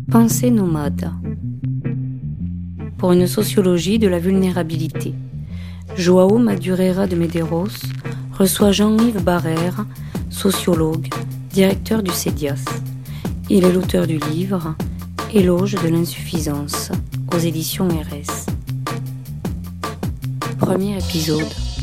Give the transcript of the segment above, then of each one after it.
Pensée nomade. Pour une sociologie de la vulnérabilité. João Madureira de Medeiros reçoit Jean-Yves Barrère, sociologue, directeur du CEDIAS. Il est l'auteur du livre « Éloge de l'insuffisance » aux éditions RS. Premier épisode.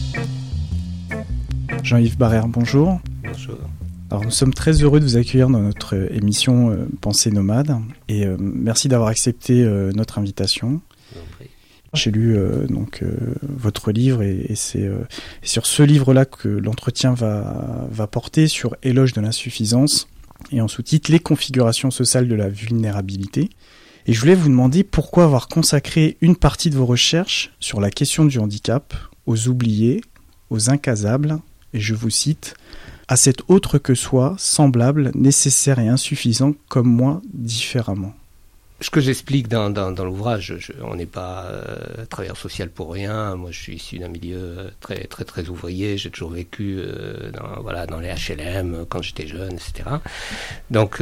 Jean-Yves Barrère, bonjour. Bonjour. Alors, nous sommes très heureux de vous accueillir dans notre émission Pensée nomade et merci d'avoir accepté notre invitation. J'ai lu votre livre et c'est sur ce livre-là que l'entretien va porter, sur Éloge de l'insuffisance et en sous-titre Les configurations sociales de la vulnérabilité. Et je voulais vous demander pourquoi avoir consacré une partie de vos recherches sur la question du handicap, aux oubliés, aux incasables, et je vous cite, « à cet autre que soi, semblable, nécessaire et insuffisant, comme moi, différemment ». Ce que j'explique dans l'ouvrage, on n'est pas travailleur social pour rien. Moi, je suis issu d'un milieu très ouvrier. J'ai toujours vécu dans les HLM quand j'étais jeune, etc. Donc,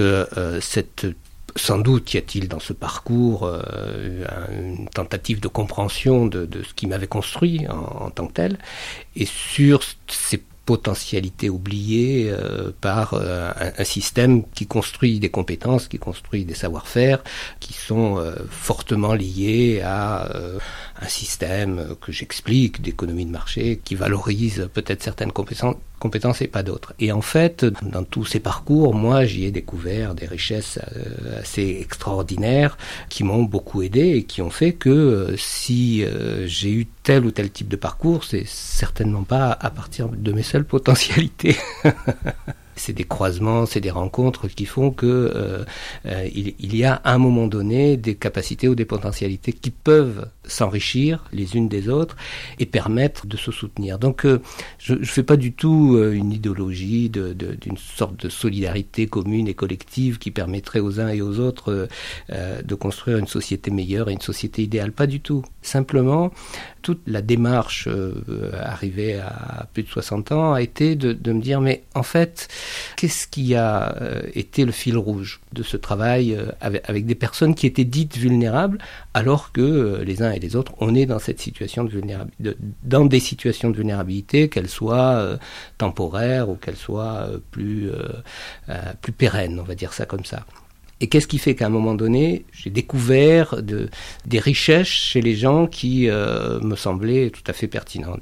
sans doute y a-t-il dans ce parcours une tentative de compréhension de ce qui m'avait construit en tant que tel, et sur ces potentialités oubliées par un système qui construit des compétences, qui construit des savoir-faire, qui sont fortement liés à un système que j'explique, d'économie de marché, qui valorise peut-être certaines compétences et pas d'autres. Et en fait, dans tous ces parcours, moi, j'y ai découvert des richesses assez extraordinaires qui m'ont beaucoup aidé et qui ont fait que si j'ai eu tel ou tel type de parcours, c'est certainement pas à partir de mes seules potentialités. C'est des croisements, c'est des rencontres qui font que il y a à un moment donné des capacités ou des potentialités qui peuvent s'enrichir les unes des autres et permettre de se soutenir. Donc je fais pas du tout une idéologie d'une sorte de solidarité commune et collective qui permettrait aux uns et aux autres de construire une société meilleure et une société idéale. Pas du tout. Simplement, toute la démarche arrivée à plus de 60 ans a été de me dire, mais en fait, qu'est-ce qui a été le fil rouge de ce travail avec des personnes qui étaient dites vulnérables, alors que les uns et les autres, on est dans cette situation de vulnérabilité, dans des situations de vulnérabilité, qu'elles soient temporaires ou qu'elles soient plus pérennes, on va dire ça comme ça. Et qu'est-ce qui fait qu'à un moment donné, j'ai découvert des richesses chez les gens qui me semblaient tout à fait pertinentes.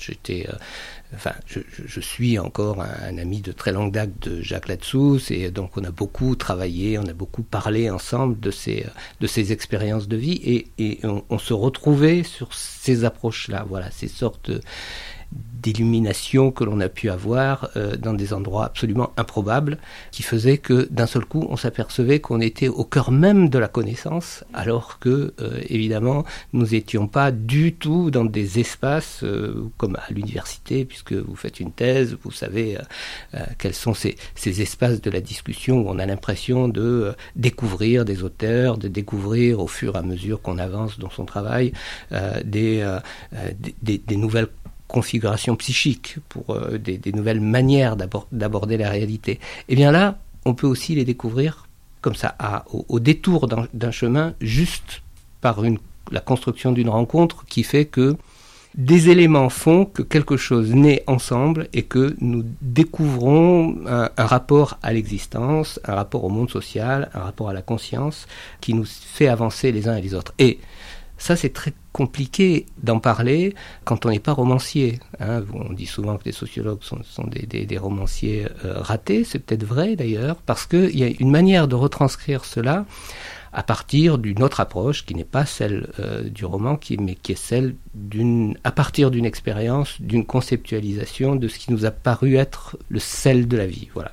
Je suis encore un ami de très longue date de Jacques Latsous, et donc on a beaucoup travaillé, on a beaucoup parlé ensemble de ces expériences de vie, et on se retrouvait sur ces approches-là, voilà, ces sortes d'illumination que l'on a pu avoir dans des endroits absolument improbables, qui faisaient que d'un seul coup on s'apercevait qu'on était au cœur même de la connaissance, alors que évidemment nous n'étions pas du tout dans des espaces comme à l'université, puisque vous faites une thèse, vous savez quels sont ces espaces de la discussion où on a l'impression de découvrir des auteurs, de découvrir au fur et à mesure qu'on avance dans son travail des nouvelles configurations psychiques, pour des nouvelles manières d'aborder la réalité. Et bien là, on peut aussi les découvrir comme ça, au détour d'un chemin, juste par la construction d'une rencontre qui fait que des éléments font que quelque chose naît ensemble et que nous découvrons un rapport à l'existence, un rapport au monde social, un rapport à la conscience qui nous fait avancer les uns et les autres. Et ça, c'est très compliqué d'en parler quand on n'est pas romancier. On dit souvent que les sociologues sont des romanciers ratés. C'est peut-être vrai d'ailleurs, parce qu'il y a une manière de retranscrire cela à partir d'une autre approche qui n'est pas celle du roman, mais qui est celle à partir d'une expérience, d'une conceptualisation de ce qui nous a paru être le sel de la vie. Voilà.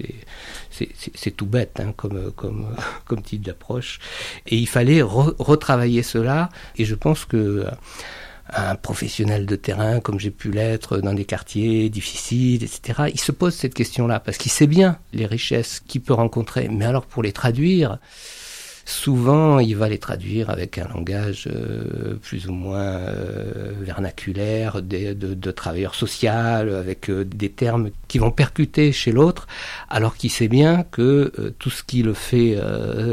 C'est tout bête comme type d'approche, et il fallait retravailler cela, et je pense que un professionnel de terrain comme j'ai pu l'être dans des quartiers difficiles, etc., il se pose cette question-là parce qu'il sait bien les richesses qu'il peut rencontrer, mais alors pour les traduire, souvent il va les traduire avec un langage plus ou moins vernaculaire de travailleur social, avec des termes qui vont percuter chez l'autre, alors qu'il sait bien que tout ce qui le fait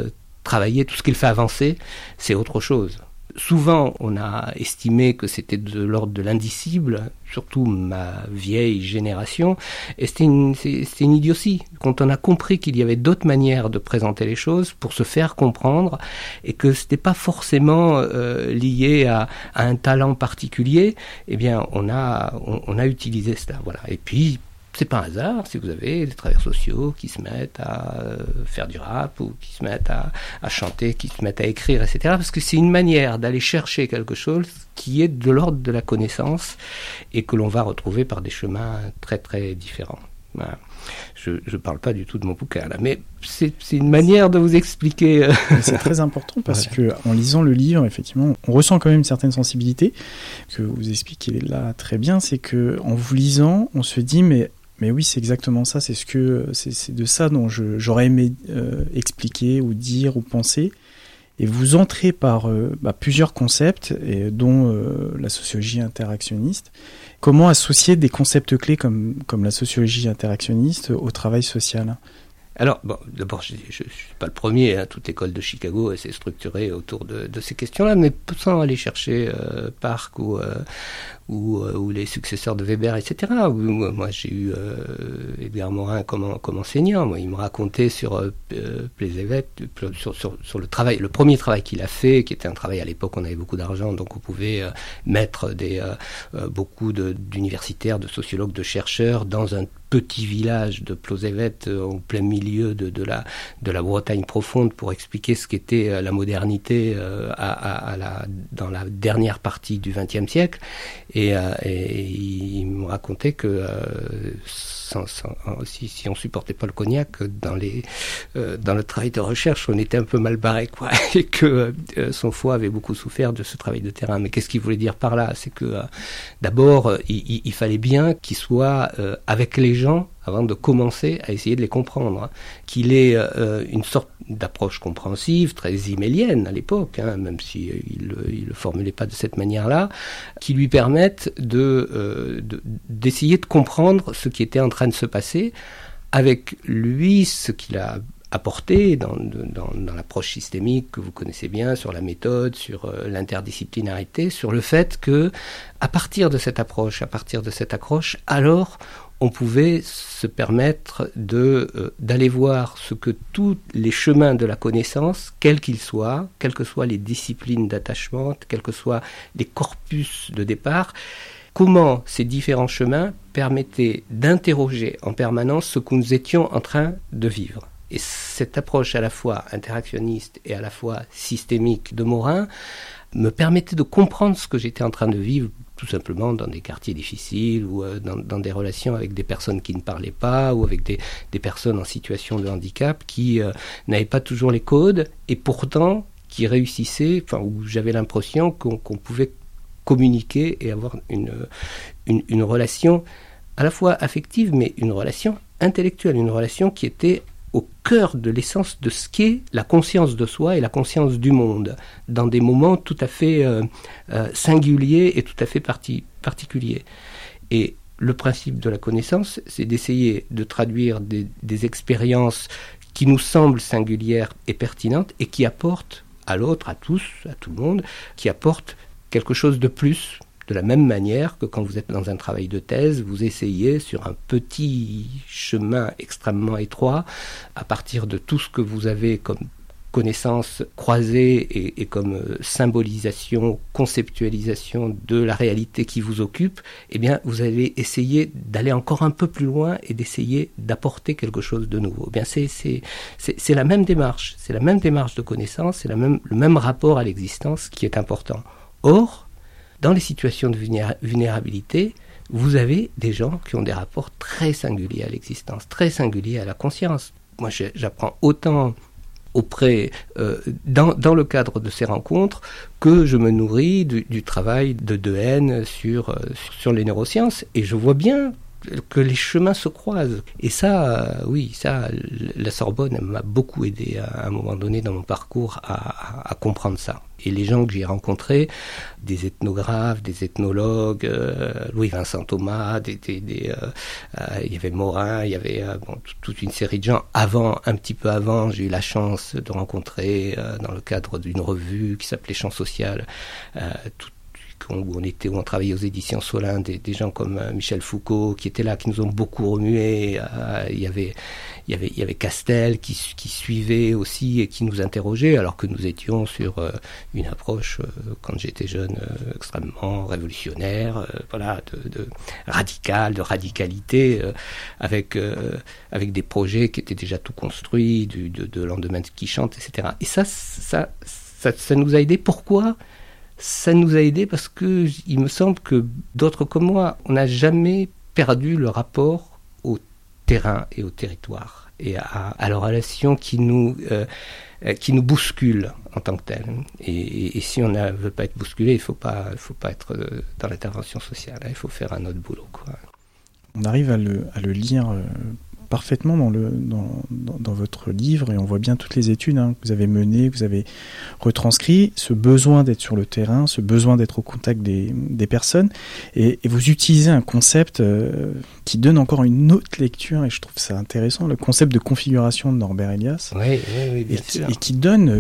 travailler, tout ce qui le fait avancer, c'est autre chose. Souvent, on a estimé que c'était de l'ordre de l'indicible, surtout ma vieille génération, et c'était une idiotie. Quand on a compris qu'il y avait d'autres manières de présenter les choses pour se faire comprendre, et que c'était pas forcément lié à un talent particulier, eh bien, on a utilisé cela. Voilà. Et puis, c'est pas un hasard si vous avez des travailleurs sociaux qui se mettent à faire du rap ou qui se mettent à chanter, qui se mettent à écrire, etc. Parce que c'est une manière d'aller chercher quelque chose qui est de l'ordre de la connaissance et que l'on va retrouver par des chemins très très différents. Voilà. Je ne parle pas du tout de mon bouquin là, mais c'est une manière de vous expliquer. C'est très important parce que en lisant le livre, effectivement, on ressent quand même une certaine sensibilité que vous expliquez là très bien. C'est que en vous lisant, on se dit mais oui, c'est exactement ça. C'est de ça dont j'aurais aimé expliquer ou dire ou penser. Et vous entrez par plusieurs concepts, dont la sociologie interactionniste. Comment associer des concepts clés comme la sociologie interactionniste au travail social ? Alors, bon, d'abord, je ne suis pas le premier, hein, toute l'école de Chicago s'est structurée autour de ces questions-là, mais sans aller chercher Park ou les successeurs de Weber, etc. Moi, j'ai eu Edgar Morin comme enseignant. Moi, il me racontait sur Plaisévet, sur le travail, le premier travail qu'il a fait, qui était un travail à l'époque, on avait beaucoup d'argent, donc on pouvait mettre beaucoup d'universitaires, de sociologues, de chercheurs dans un petit village de Plaisévet au plein milieu de la Bretagne profonde pour expliquer ce qu'était la modernité dans la dernière partie du XXe siècle. Et il me racontait que si on supportait pas le cognac dans le travail de recherche, on était un peu mal barré, quoi, et que son foie avait beaucoup souffert de ce travail de terrain. Mais qu'est-ce qu'il voulait dire par là ? C'est que d'abord, il fallait bien qu'il soit avec les gens avant de commencer à essayer de les comprendre, qu'il ait une sorte d'approche compréhensive, très himélienne à l'époque, même si il le formulait pas de cette manière-là, qui lui permette d'essayer de comprendre ce qui était en train de se passer, avec lui, ce qu'il a apporté dans l'approche systémique que vous connaissez bien, sur la méthode, sur l'interdisciplinarité, sur le fait que, à partir de cette approche, alors on pouvait se permettre d'aller voir ce que tous les chemins de la connaissance, quels qu'ils soient, quelles que soient les disciplines d'attachement, quels que soient les corpus de départ, comment ces différents chemins permettaient d'interroger en permanence ce que nous étions en train de vivre. Et cette approche à la fois interactionniste et à la fois systémique de Morin me permettait de comprendre ce que j'étais en train de vivre, tout simplement dans des quartiers difficiles ou dans des relations avec des personnes qui ne parlaient pas ou avec des personnes en situation de handicap qui n'avaient pas toujours les codes et pourtant qui réussissaient, où j'avais l'impression qu'on pouvait communiquer et avoir une relation à la fois affective mais une relation intellectuelle, une relation qui était au cœur de l'essence de ce qu'est la conscience de soi et la conscience du monde, dans des moments tout à fait singuliers et tout à fait particuliers. Et le principe de la connaissance, c'est d'essayer de traduire des expériences qui nous semblent singulières et pertinentes et qui apportent à l'autre, à tous, à tout le monde, qui apportent quelque chose de plus. De la même manière que quand vous êtes dans un travail de thèse, vous essayez sur un petit chemin extrêmement étroit, à partir de tout ce que vous avez comme connaissance croisée et comme symbolisation, conceptualisation de la réalité qui vous occupe, eh bien, vous allez essayer d'aller encore un peu plus loin et d'essayer d'apporter quelque chose de nouveau. Eh bien, c'est la même démarche. C'est la même démarche de connaissance, c'est le même rapport à l'existence qui est important. Or, dans les situations de vulnérabilité, vous avez des gens qui ont des rapports très singuliers à l'existence, très singuliers à la conscience. Moi, j'apprends autant dans le cadre de ces rencontres que je me nourris du travail de Dehaene sur les neurosciences. Et je vois bien que les chemins se croisent. Et ça, oui, ça, la Sorbonne m'a beaucoup aidé à un moment donné dans mon parcours à comprendre ça. Et les gens que j'ai rencontrés, des ethnographes, des ethnologues, Louis-Vincent Thomas, il y avait Morin, il y avait toute une série de gens. Un petit peu avant, j'ai eu la chance de rencontrer, dans le cadre d'une revue qui s'appelait Champs Social, où on travaillait aux éditions Solin, des gens comme Michel Foucault qui étaient là, qui nous ont beaucoup remués. Il y avait Castel qui suivait aussi et qui nous interrogeait, alors que nous étions sur une approche, quand j'étais jeune, extrêmement révolutionnaire, de radicalité, avec des projets qui étaient déjà tout construits, de lendemain qui chante, etc. Et ça nous a aidés. Pourquoi ? Ça nous a aidés parce que il me semble que d'autres comme moi, on n'a jamais perdu le rapport au terrain et au territoire et à la relation qui nous bouscule en tant que telle. Et si on ne veut pas être bousculé, il faut pas être dans l'intervention sociale. Il faut faire un autre boulot, quoi. On arrive à le lire parfaitement dans votre livre, et on voit bien toutes les études que vous avez menées, que vous avez retranscrit, ce besoin d'être sur le terrain, ce besoin d'être au contact des personnes, et vous utilisez un concept qui donne encore une autre lecture, et je trouve ça intéressant, le concept de configuration de Norbert Elias, oui, bien sûr. Et qui donne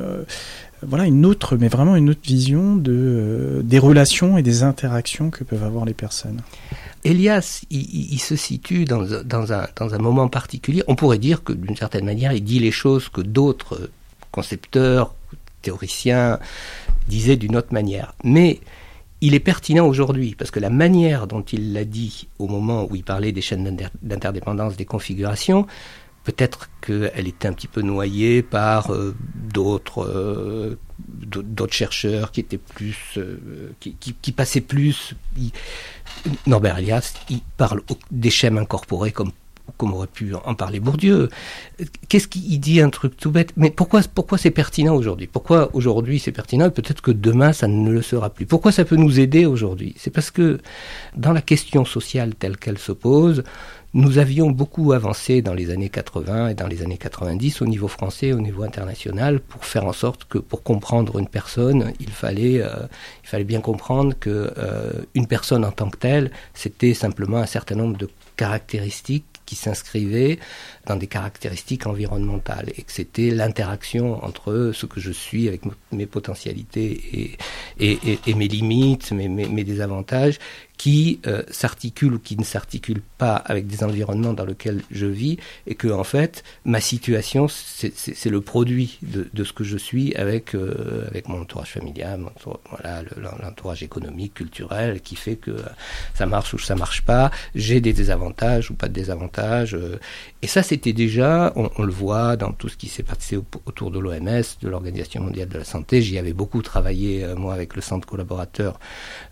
une autre vision des relations et des interactions que peuvent avoir les personnes. Elias, il se situe dans un moment particulier. On pourrait dire que, d'une certaine manière, il dit les choses que d'autres concepteurs, théoriciens disaient d'une autre manière. Mais il est pertinent aujourd'hui, parce que la manière dont il l'a dit au moment où il parlait des chaînes d'interdépendance, des configurations, peut-être qu'elle était un petit peu noyée par d'autres chercheurs qui étaient plus, qui passaient plus. Norbert Elias, il parle des schèmes incorporés comme aurait pu en parler Bourdieu. Qu'est-ce qu'il dit, un truc tout bête? Mais pourquoi c'est pertinent aujourd'hui? Pourquoi aujourd'hui c'est pertinent et peut-être que demain ça ne le sera plus? Pourquoi ça peut nous aider aujourd'hui? C'est parce que dans la question sociale telle qu'elle se pose, nous avions beaucoup avancé dans les années 80 et dans les années 90 au niveau français et au niveau international pour faire en sorte que pour comprendre une personne, il fallait bien comprendre que une personne en tant que telle, c'était simplement un certain nombre de caractéristiques qui s'inscrivaient dans des caractéristiques environnementales et que c'était l'interaction entre ce que je suis avec mes potentialités et mes limites, mes désavantages qui s'articulent ou qui ne s'articulent pas avec des environnements dans lesquels je vis et que en fait ma situation c'est le produit de ce que je suis avec mon entourage familial, l'entourage économique, culturel qui fait que ça marche ou ça marche pas, j'ai des désavantages ou pas de désavantages et ça c'était déjà, on le voit dans tout ce qui s'est passé autour de l'OMS, de l'Organisation mondiale de la santé. J'y avais beaucoup travaillé moi avec le centre collaborateur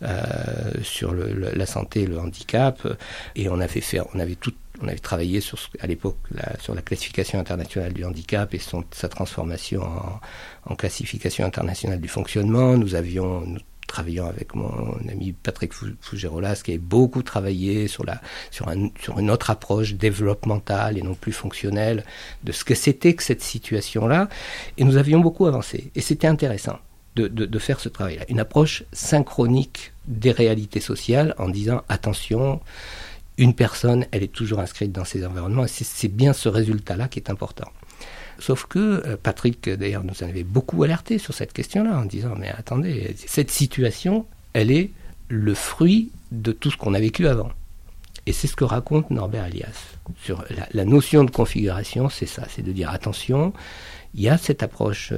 sur la santé et le handicap, et on avait travaillé à l'époque sur la classification internationale du handicap et sa transformation en classification internationale du fonctionnement. Nous travaillions avec mon ami Patrick Fougerolas qui avait beaucoup travaillé sur une autre approche développementale et non plus fonctionnelle de ce que c'était que cette situation-là, et nous avions beaucoup avancé et c'était intéressant de faire ce travail-là, une approche synchronique des réalités sociales en disant attention, une personne, elle est toujours inscrite dans ses environnements et c'est bien ce résultat-là qui est important. Sauf que Patrick, d'ailleurs, nous avait beaucoup alerté sur cette question-là en disant mais attendez, cette situation, elle est le fruit de tout ce qu'on a vécu avant. Et c'est ce que raconte Norbert Elias. Sur la notion de configuration, c'est ça, c'est de dire attention, il y a cette approche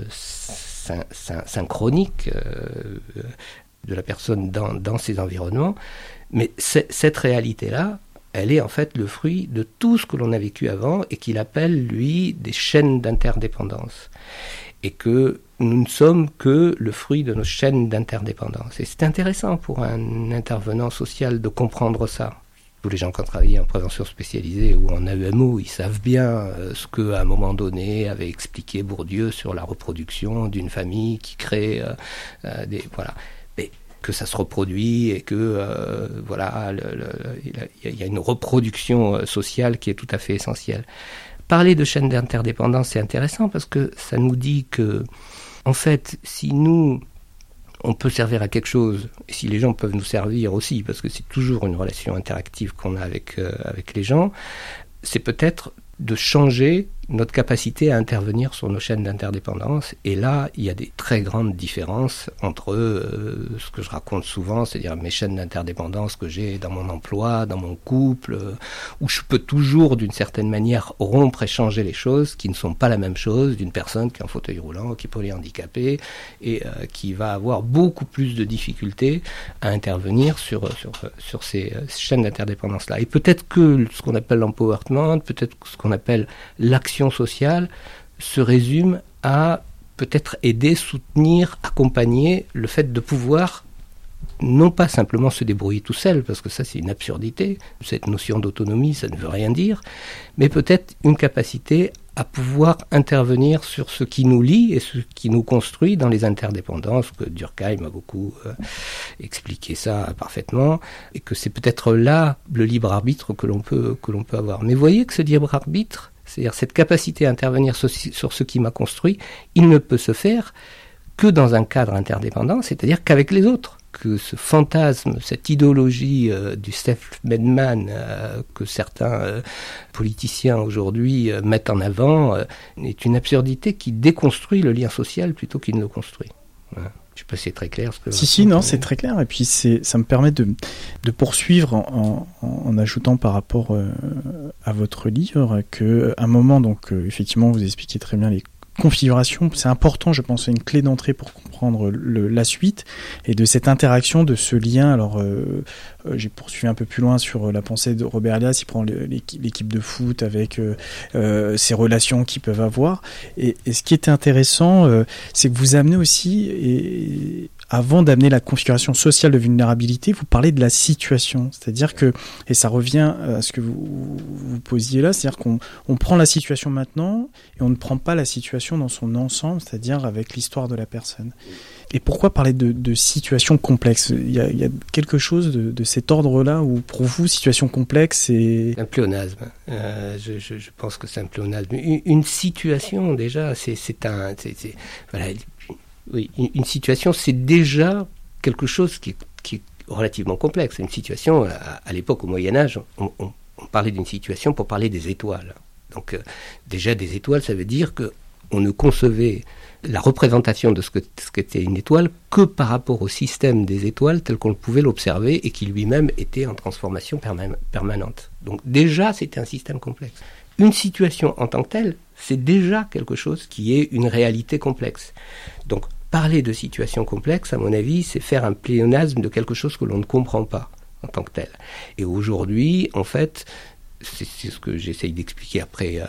synchronique de la personne dans ses environnements, mais cette réalité-là, elle est en fait le fruit de tout ce que l'on a vécu avant et qu'il appelle, lui, des chaînes d'interdépendance. Et que nous ne sommes que le fruit de nos chaînes d'interdépendance. Et c'est intéressant pour un intervenant social de comprendre ça. Tous les gens qui ont travaillé en prévention spécialisée ou en AEMO, ils savent bien ce qu'à un moment donné avait expliqué Bourdieu sur la reproduction d'une famille qui crée des... Voilà. Mais que ça se reproduit et que il y a une reproduction sociale qui est tout à fait essentielle. Parler de chaîne d'interdépendance, c'est intéressant parce que ça nous dit que, en fait, si nous, on peut servir à quelque chose, et si les gens peuvent nous servir aussi, parce que c'est toujours une relation interactive qu'on a avec les gens, c'est peut-être de changer notre capacité à intervenir sur nos chaînes d'interdépendance. Et là, il y a des très grandes différences entre ce que je raconte souvent, c'est-à-dire mes chaînes d'interdépendance que j'ai dans mon emploi, dans mon couple, où je peux toujours, d'une certaine manière, rompre et changer les choses, qui ne sont pas la même chose d'une personne qui est en fauteuil roulant, qui est polyhandicapée, et qui va avoir beaucoup plus de difficultés à intervenir sur ces chaînes d'interdépendance-là. Et peut-être que ce qu'on appelle l'empowerment, peut-être ce qu'on appelle l'action sociale se résume à peut-être aider, soutenir, accompagner le fait de pouvoir non pas simplement se débrouiller tout seul, parce que ça c'est une absurdité, cette notion d'autonomie ça ne veut rien dire, mais peut-être une capacité à pouvoir intervenir sur ce qui nous lie et ce qui nous construit dans les interdépendances, que Durkheim a beaucoup expliqué ça parfaitement, et que c'est peut-être là le libre arbitre que l'on peut avoir. Mais voyez que ce libre arbitre, c'est-à-dire cette capacité à intervenir sur ce qui m'a construit, il ne peut se faire que dans un cadre interdépendant, c'est-à-dire qu'avec les autres. Que ce fantasme, cette idéologie du self-made man que certains politiciens aujourd'hui mettent en avant est une absurdité qui déconstruit le lien social plutôt qu'il ne le construit. Voilà. Je ne sais pas si c'est très clair. Non, c'est très clair. Et puis ça me permet de poursuivre en ajoutant par rapport à votre livre qu'à un moment, donc effectivement, vous expliquez très bien les configuration, c'est important, je pense, c'est une clé d'entrée pour comprendre la suite et de cette interaction, de ce lien. Alors, j'ai poursuivi un peu plus loin sur la pensée de Robert Elias, il prend l'équipe de foot avec ces relations qu'ils peuvent avoir. Et ce qui était intéressant, c'est que vous amenez aussi, avant d'amener la configuration sociale de vulnérabilité, vous parlez de la situation. C'est-à-dire que, et ça revient à ce que vous posiez là, c'est-à-dire qu'on prend la situation maintenant et on ne prend pas la situation dans son ensemble, c'est-à-dire avec l'histoire de la personne. Et pourquoi parler de situation complexe ? Il y a quelque chose de cet ordre-là où, pour vous, situation complexe, c'est... Un pléonasme. Je pense que c'est un pléonasme. Une situation, déjà, oui, une situation, c'est déjà quelque chose qui est relativement complexe. Une situation, à l'époque, au Moyen-Âge, on parlait d'une situation pour parler des étoiles. Donc, déjà, des étoiles, ça veut dire qu'on ne concevait la représentation de ce qu'était une étoile que par rapport au système des étoiles tel qu'on pouvait l'observer et qui lui-même était en transformation permanente. Donc, déjà, c'était un système complexe. Une situation en tant que telle, c'est déjà quelque chose qui est une réalité complexe. Donc, parler de situation complexe, à mon avis, c'est faire un pléonasme de quelque chose que l'on ne comprend pas en tant que tel. Et aujourd'hui, en fait, c'est ce que j'essaye d'expliquer après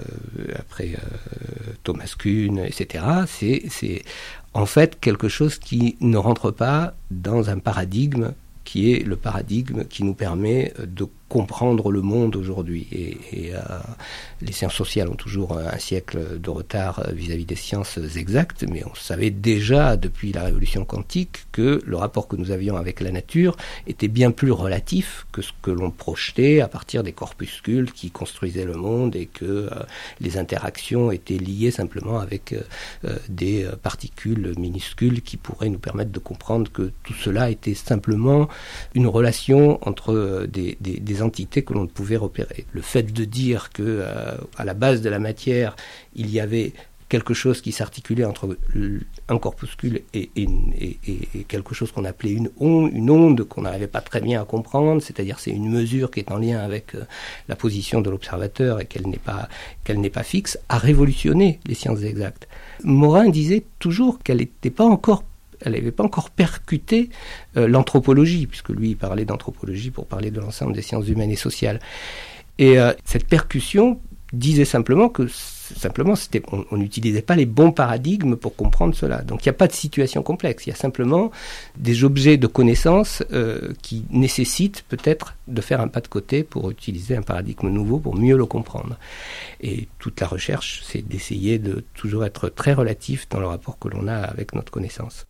Thomas Kuhn, etc. C'est en fait quelque chose qui ne rentre pas dans un paradigme qui est le paradigme qui nous permet de comprendre le monde aujourd'hui. Et les sciences sociales ont toujours un siècle de retard vis-à-vis des sciences exactes, mais on savait déjà depuis la révolution quantique que le rapport que nous avions avec la nature était bien plus relatif que ce que l'on projetait à partir des corpuscules qui construisaient le monde et que les interactions étaient liées simplement avec des particules minuscules qui pourraient nous permettre de comprendre que tout cela était simplement une relation entre des entités que l'on ne pouvait repérer. Le fait de dire que à la base de la matière, il y avait quelque chose qui s'articulait entre un corpuscule et quelque chose qu'on appelait une onde qu'on n'arrivait pas très bien à comprendre, c'est-à-dire c'est une mesure qui est en lien avec la position de l'observateur et qu'elle n'est pas fixe, a révolutionné les sciences exactes. Morin disait toujours qu'elle n'avait pas encore percuté l'anthropologie, puisque lui il parlait d'anthropologie pour parler de l'ensemble des sciences humaines et sociales. Et cette percussion disait simplement que on n'utilisait pas les bons paradigmes pour comprendre cela. Donc il n'y a pas de situation complexe, il y a simplement des objets de connaissance qui nécessitent peut-être de faire un pas de côté pour utiliser un paradigme nouveau pour mieux le comprendre. Et toute la recherche, c'est d'essayer de toujours être très relatif dans le rapport que l'on a avec notre connaissance.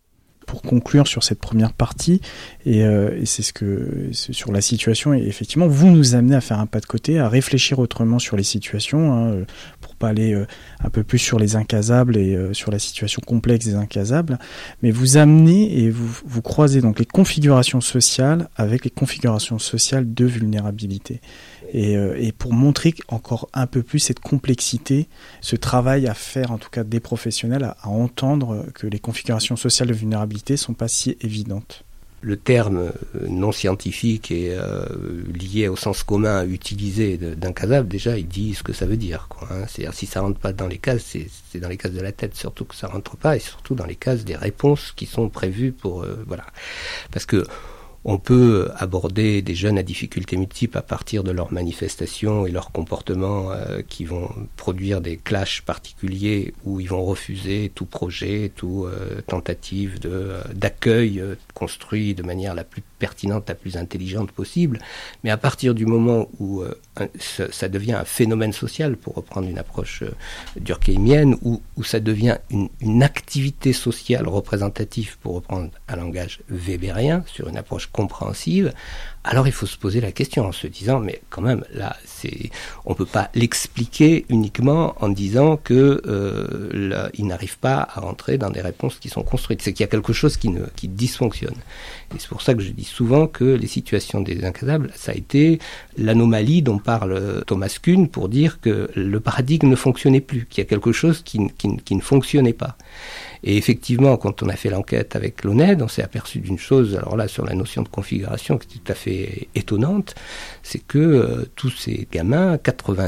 Pour conclure sur cette première partie, et c'est sur la situation, et effectivement, vous nous amenez à faire un pas de côté, à réfléchir autrement sur les situations, pour pas aller un peu plus sur les incasables et sur la situation complexe des incasables, mais vous amenez et vous croisez donc les configurations sociales avec les configurations sociales de vulnérabilité. Et pour montrer encore un peu plus cette complexité, ce travail à faire, en tout cas des professionnels, à entendre que les configurations sociales de vulnérabilité sont pas si évidentes. Le terme non scientifique et lié au sens commun utilisé d'incasable, déjà, il dit ce que ça veut dire, quoi, hein. C'est-à-dire, si ça rentre pas dans les cases, c'est dans les cases de la tête, surtout que ça rentre pas, et surtout dans les cases des réponses qui sont prévues pour... voilà. Parce que on peut aborder des jeunes à difficultés multiples à partir de leurs manifestations et leurs comportements qui vont produire des clashs particuliers où ils vont refuser tout projet, toute tentative d'accueil construit de manière la plus pertinente, la plus intelligente possible. Mais à partir du moment où ça devient un phénomène social, pour reprendre une approche durkheimienne, où ça devient une activité sociale représentative, pour reprendre un langage weberien, sur une approche compréhensive, alors il faut se poser la question en se disant, mais quand même, là, on ne peut pas l'expliquer uniquement en disant qu'il n'arrive pas à rentrer dans des réponses qui sont construites. C'est qu'il y a quelque chose qui dysfonctionne. Et c'est pour ça que je dis souvent que les situations des incasables, ça a été l'anomalie dont parle Thomas Kuhn pour dire que le paradigme ne fonctionnait plus, qu'il y a quelque chose qui ne fonctionnait pas. Et effectivement, quand on a fait l'enquête avec l'ONED, on s'est aperçu d'une chose, alors là, sur la notion de configuration, qui est tout à fait étonnante, c'est que tous ces gamins,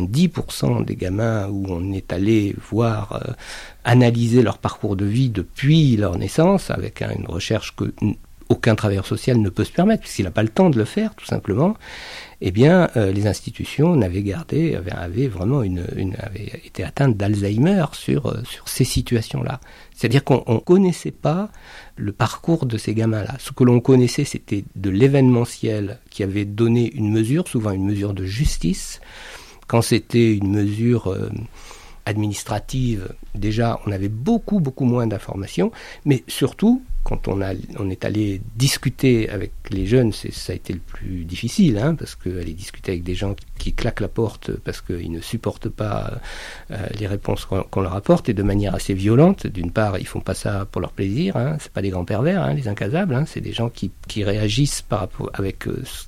90% des gamins où on est allé voir, analyser leur parcours de vie depuis leur naissance, avec une recherche que aucun travailleur social ne peut se permettre, puisqu'il n'a pas le temps de le faire, tout simplement, eh bien, les institutions avaient vraiment avaient été atteintes d'Alzheimer sur ces situations-là. C'est-à-dire qu'on ne connaissait pas le parcours de ces gamins-là. Ce que l'on connaissait, c'était de l'événementiel qui avait donné une mesure, souvent une mesure de justice. Quand c'était une mesure administrative, déjà, on avait beaucoup, beaucoup moins d'informations, mais surtout, quand on est allé discuter avec les jeunes, ça a été le plus difficile, hein, parce qu'aller discuter avec des gens qui claquent la porte parce qu'ils ne supportent pas les réponses qu'on leur apporte, et de manière assez violente. D'une part, ils font pas ça pour leur plaisir, hein, c'est pas des grands pervers, hein, les incasables, hein, c'est des gens qui réagissent par rapport avec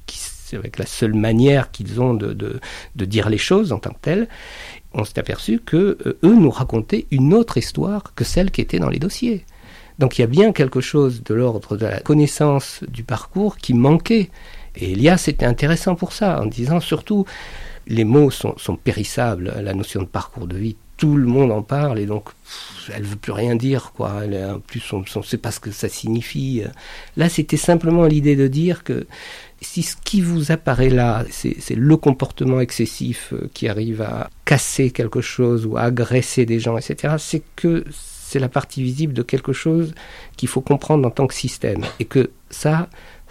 la seule manière qu'ils ont de dire les choses en tant que telles. On s'est aperçu que eux nous racontaient une autre histoire que celle qui était dans les dossiers. Donc il y a bien quelque chose de l'ordre de la connaissance du parcours qui manquait. Et Elias était intéressant pour ça, en disant surtout, les mots sont périssables, la notion de parcours de vie, tout le monde en parle, et donc elle ne veut plus rien dire, quoi. En plus, on ne sait pas ce que ça signifie. Là, c'était simplement l'idée de dire que si ce qui vous apparaît là, c'est le comportement excessif qui arrive à casser quelque chose ou à agresser des gens, etc., c'est la partie visible de quelque chose qu'il faut comprendre en tant que système. Et que ça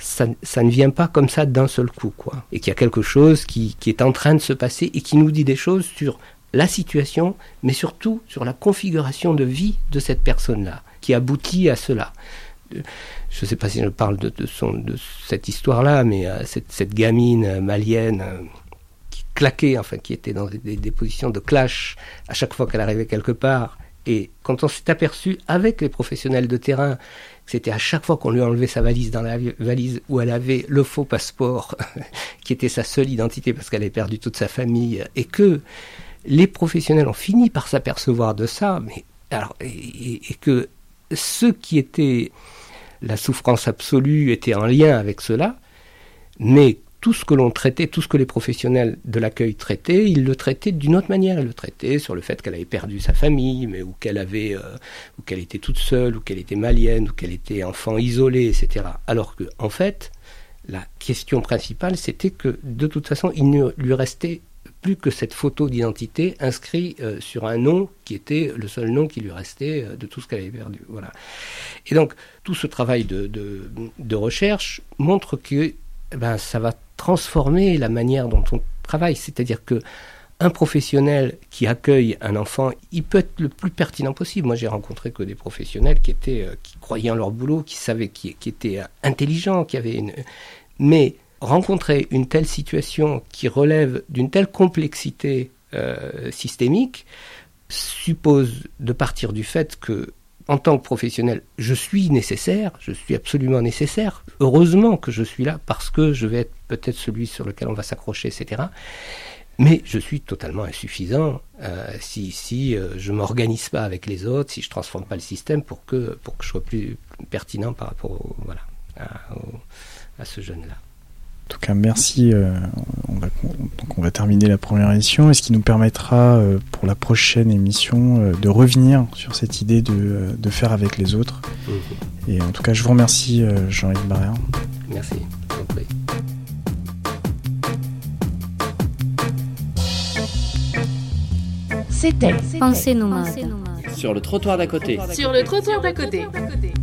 ne vient pas comme ça d'un seul coup, quoi. Et qu'il y a quelque chose qui est en train de se passer et qui nous dit des choses sur la situation, mais surtout sur la configuration de vie de cette personne-là, qui aboutit à cela. Je ne sais pas si je parle de cette histoire-là, mais cette gamine malienne qui claquait, enfin qui était dans des positions de clash à chaque fois qu'elle arrivait quelque part. Et quand on s'est aperçu avec les professionnels de terrain, c'était à chaque fois qu'on lui enlevait sa valise dans la valise où elle avait le faux passeport, qui était sa seule identité parce qu'elle avait perdu toute sa famille, et que les professionnels ont fini par s'apercevoir de ça, mais alors, et que ce qui était la souffrance absolue était en lien avec cela, mais tout ce que l'on traitait, tout ce que les professionnels de l'accueil traitaient, ils le traitaient d'une autre manière. Ils le traitaient sur le fait qu'elle avait perdu sa famille, mais ou qu'elle était toute seule, ou qu'elle était malienne, ou qu'elle était enfant isolé, etc. Alors que, en fait, la question principale, c'était que, de toute façon, il ne lui restait plus que cette photo d'identité inscrite sur un nom qui était le seul nom qui lui restait de tout ce qu'elle avait perdu. Voilà. Et donc, tout ce travail de recherche montre que ça va transformer la manière dont on travaille. C'est-à-dire que, un professionnel qui accueille un enfant, il peut être le plus pertinent possible. Moi, j'ai rencontré que des professionnels qui croyaient en leur boulot, qui savaient, qui étaient intelligents, qui avaient Mais rencontrer une telle situation qui relève d'une telle complexité systémique suppose de partir du fait que, en tant que professionnel, je suis nécessaire, je suis absolument nécessaire. Heureusement que je suis là parce que je vais être peut-être celui sur lequel on va s'accrocher, etc. Mais je suis totalement insuffisant si je ne m'organise pas avec les autres, si je ne transforme pas le système pour que je sois plus pertinent par rapport à ce jeune-là. En tout cas, merci. On va terminer la première émission, et ce qui nous permettra pour la prochaine émission de revenir sur cette idée de faire avec les autres. Mmh. Et en tout cas, je vous remercie, Jean-Yves Barrère. Merci. C'était Pensée nomade. Sur le trottoir d'à côté. Sur le trottoir d'à côté.